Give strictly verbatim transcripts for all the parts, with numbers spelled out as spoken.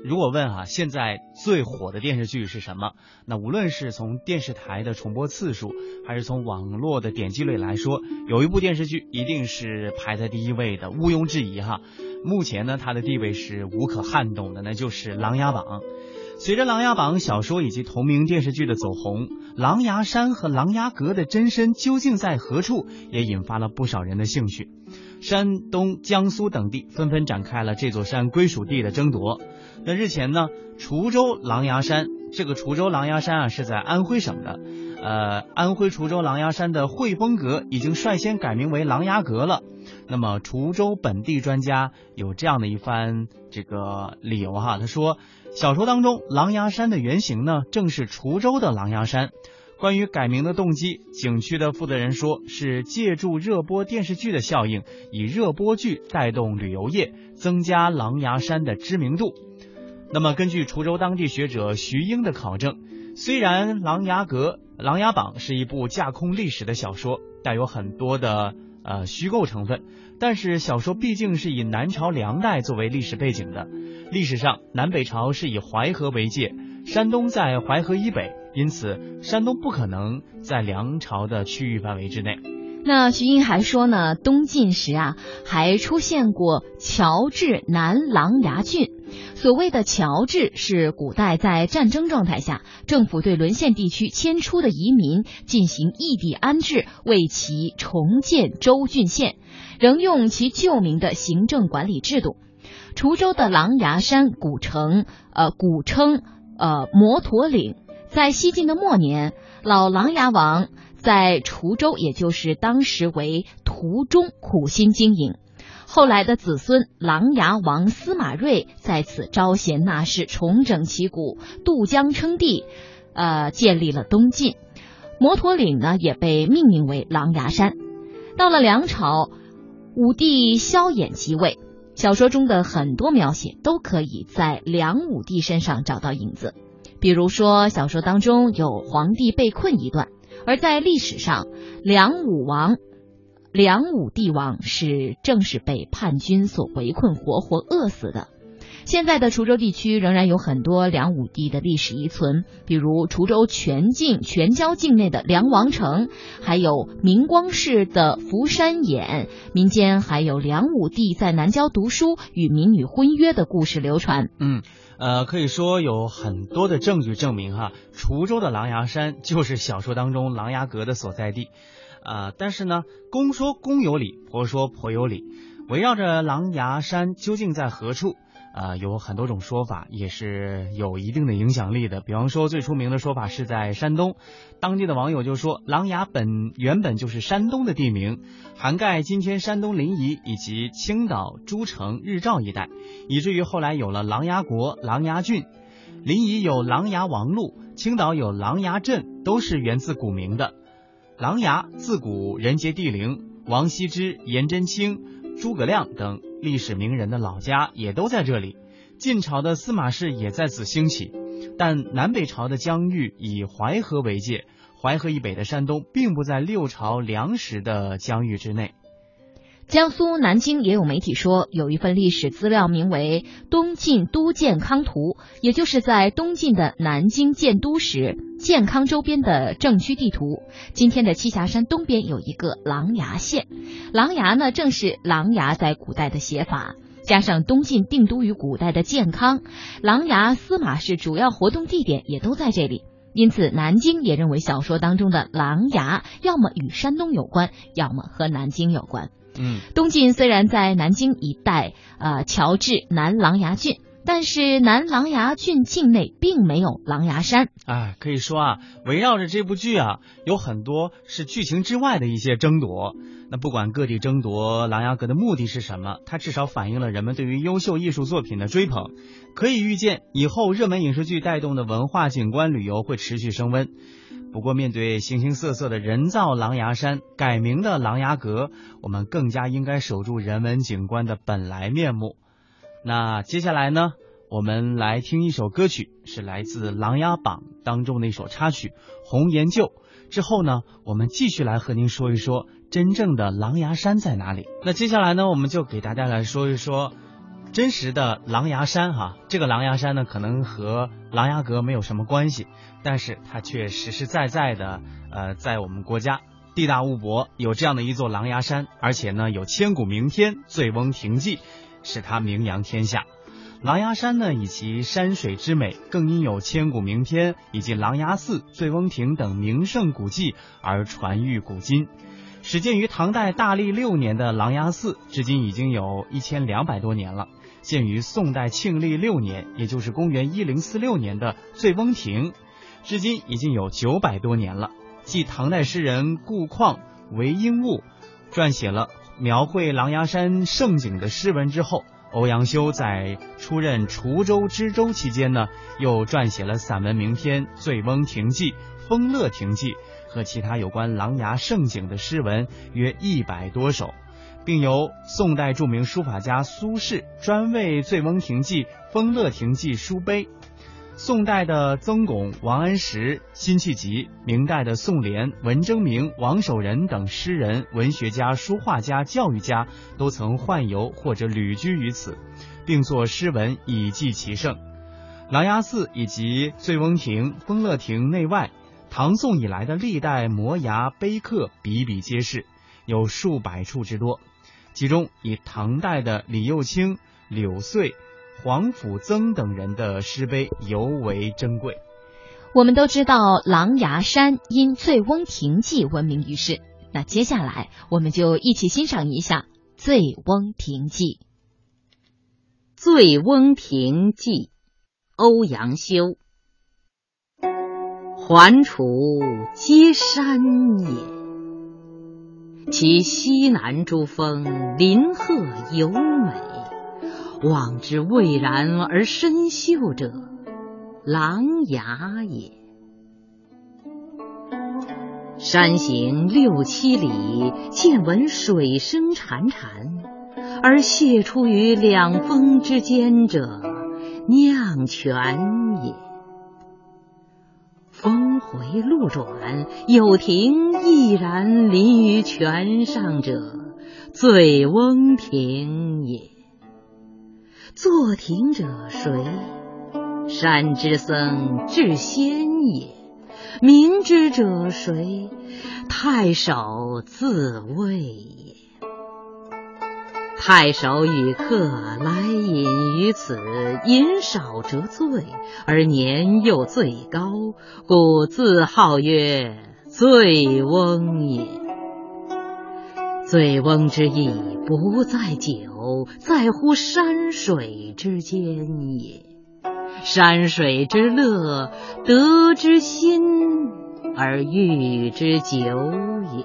如果问啊，现在最火的电视剧是什么？那无论是从电视台的重播次数，还是从网络的点击率来说，有一部电视剧一定是排在第一位的，毋庸置疑哈。目前呢，它的地位是无可撼动的，那就是《琅琊榜》。随着《琅琊榜》小说以及同名电视剧的走红，狼牙山和琅琊阁的真身究竟在何处，也引发了不少人的兴趣。山东、江苏等地纷纷展开了这座山归属地的争夺。那日前呢，滁州狼牙山，这个滁州狼牙山啊是在安徽省的，呃，安徽滁州狼牙山的汇丰阁已经率先改名为琅琊阁了。那么滁州本地专家有这样的一番这个理由哈，他说，小说当中狼牙山的原型呢，正是滁州的狼牙山。关于改名的动机，景区的负责人说，是借助热播电视剧的效应，以热播剧带动旅游业，增加狼牙山的知名度。那么根据滁州当地学者徐英的考证，虽然《琅琊阁》《琅琊榜》是一部架空历史的小说，带有很多的呃虚构成分，但是小说毕竟是以南朝梁代作为历史背景的。历史上南北朝是以淮河为界，山东在淮河以北，因此山东不可能在梁朝的区域范围之内。 那徐英还说呢，东晋时啊还出现过侨置南琅琊郡。所谓的侨置是古代在战争状态下，政府对沦陷地区迁出的移民进行异地安置，为其重建州郡县，仍用其旧名的行政管理制度。滁州的琅琊山古称呃古称呃摩陀岭，在西晋的末年，老琅琊王在滁州，也就是当时为途中，苦心经营。后来的子孙琅琊王司马睿在此招贤纳士，重整旗鼓，渡江称帝，呃，建立了东晋。摩陀岭呢，也被命名为琅琊山。到了梁朝，武帝萧衍即位，小说中的很多描写都可以在梁武帝身上找到影子。比如说，小说当中有皇帝被困一段，而在历史上，梁武王梁武帝王是正是被叛军所围困，活活饿死的。现在的滁州地区仍然有很多梁武帝的历史遗存，比如滁州全境全郊境内的梁王城，还有明光市的福山堰，民间还有梁武帝在南郊读书与民女婚约的故事流传。 嗯呃，可以说有很多的证据证明哈，滁州的琅琊山就是小说当中琅琊阁的所在地。呃，但是呢，公说公有理，婆说婆有理。围绕着琅琊山究竟在何处，呃，有很多种说法，也是有一定的影响力的。比方说，最出名的说法是在山东，当地的网友就说，琅琊本原本就是山东的地名，涵盖今天山东临沂以及青岛、诸城、日照一带，以至于后来有了琅琊国、琅琊郡。临沂有琅琊王路，青岛有琅琊镇，都是源自古名的。琅琊自古人杰地灵，王羲之、颜真卿、诸葛亮等历史名人的老家也都在这里。晋朝的司马氏也在此兴起，但南北朝的疆域以淮河为界，淮河以北的山东并不在六朝梁时的疆域之内。 江苏南京也有媒体说，有一份历史资料名为《东晋都建康图》，也就是在东晋的南京建都时，建康周边的政区地图。今天的栖霞山东边有一个琅琊县，琅琊呢正是琅琊在古代的写法，加上东晋定都于古代的建康，琅琊司马氏主要活动地点也都在这里。因此南京也认为小说当中的琅琊要么与山东有关，要么和南京有关。 嗯， 东晋虽然在南京一带呃侨置南琅琊郡，但是南琅琊郡境内并没有琅琊山。 哎，可以说啊，围绕着这部剧啊，有很多是剧情之外的一些争夺。那不管各地争夺琅琊阁的目的是什么，它至少反映了人们对于优秀艺术作品的追捧。可以预见，以后热门影视剧带动的文化景观旅游会持续升温。不过面对形形色色的人造琅琊山，改名的琅琊阁，我们更加应该守住人文景观的本来面目。那接下来呢，我们来听一首歌曲，是来自《琅琊榜》当中的一首插曲《红颜旧》。之后呢，我们继续来和您说一说真正的琅琊山在哪里。那接下来呢，我们就给大家来说一说真实的狼牙山哈，这个狼牙山呢，可能和琅琊阁没有什么关系，但是它却实实在在的，呃，在我们国家地大物博，有这样的一座狼牙山，而且呢，有千古名篇《醉翁亭记》，使它名扬天下。狼牙山呢，以其山水之美，更因有千古名篇以及狼牙寺、醉翁亭等名胜古迹而传誉古今。始建于唐代大历六年的狼牙寺，至今已经有一千两百多年了。建于宋代庆历六年，也就是公元一零四六年的醉翁亭，至今已经有九百多年了。继唐代诗人顾况、韦应物撰写了描绘狼牙山胜景的诗文之后，欧阳修在出任滁州知州期间呢，又撰写了散文名篇《醉翁亭记》《丰乐亭记》和其他有关狼牙胜景的诗文约一百多首，并由宋代著名书法家苏轼专为《醉翁亭记》《丰乐亭记》书碑。宋代的曾巩、王安石、辛弃疾，明代的宋濂、文征明、王守仁等诗人、文学家、书画家、教育家都曾宦游或者旅居于此，并作诗文以记其胜。狼牙寺以及醉翁亭、丰乐亭内外，唐宋以来的历代摩崖碑刻比比皆是，有数百处之多。其中以唐代的李幼卿、柳遂、黄甫曾等人的诗碑尤为珍贵。 我们都知道狼牙山因醉翁亭记闻名于世，那接下来我们就一起欣赏一下醉翁亭记。 醉翁亭记，欧阳修。环滁皆山也，其西南诸峰，林壑尤美，望之蔚然而深秀者，琅琊也。山行六七里，见闻水声潺潺，而泻出于两峰之间者，酿泉也。峰回路转，有亭毅然临于泉上者，醉翁亭也。坐亭者谁？山之僧智仙也。明之者谁？太守自谓也。太守与客来饮于此，饮少则醉，而年又最高，故自号曰醉翁也。醉翁之意不在酒，在乎山水之间也。山水之乐，得之心而寓之酒也。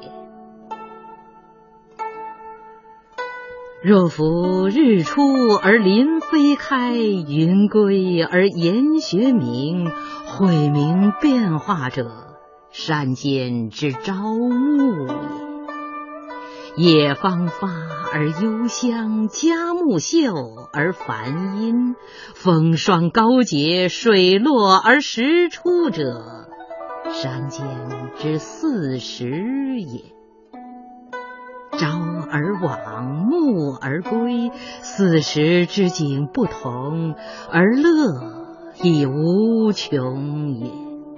若夫日出而林飞开，云归而岩穴明，晦明变化者，山间之朝暮也。野芳发而幽香，佳木秀而繁阴，风霜高洁，水落而石出者，山间之四时也。朝而往，暮而归，四时之景不同，而乐亦无穷也。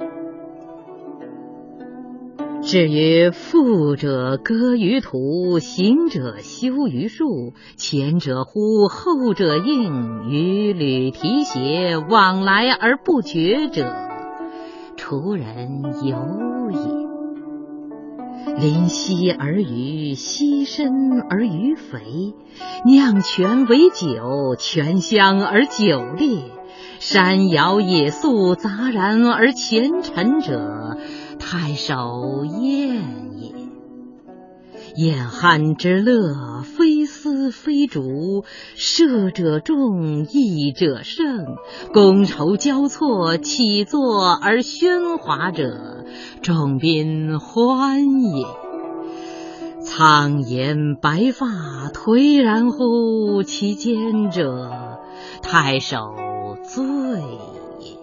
至于富者歌于途，行者修于树，前者呼，后者应，与履提携，往来而不绝者，滁人游也。临溪而渔，溪深而鱼肥，酿泉为酒，泉香而酒冽，山摇野宿，杂然而前陈者，太守宴也。宴酣之乐，非丝非竹，射者众，弈者胜，觥筹交错，起坐而喧哗者，众宾欢也。苍颜白发，颓然乎其间者，太守醉也。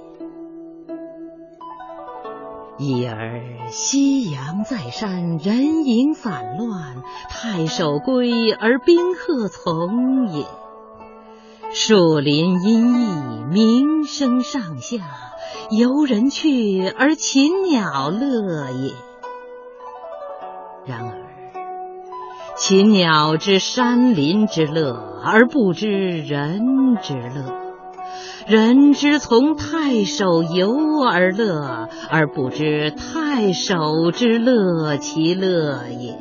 已而夕阳在山，人影散乱，太守归而宾客从也。 树林阴翳，鸣声上下，游人去而禽鸟乐也。然而禽鸟知山林之乐，而不知人之乐；人知从太守游而乐，而不知太守之乐其乐也。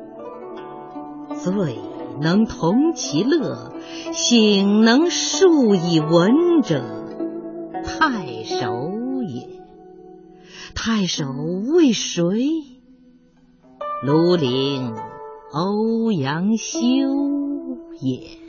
醉能同其乐，醒能述以文者，太守也。太守为谁？庐陵欧阳修也。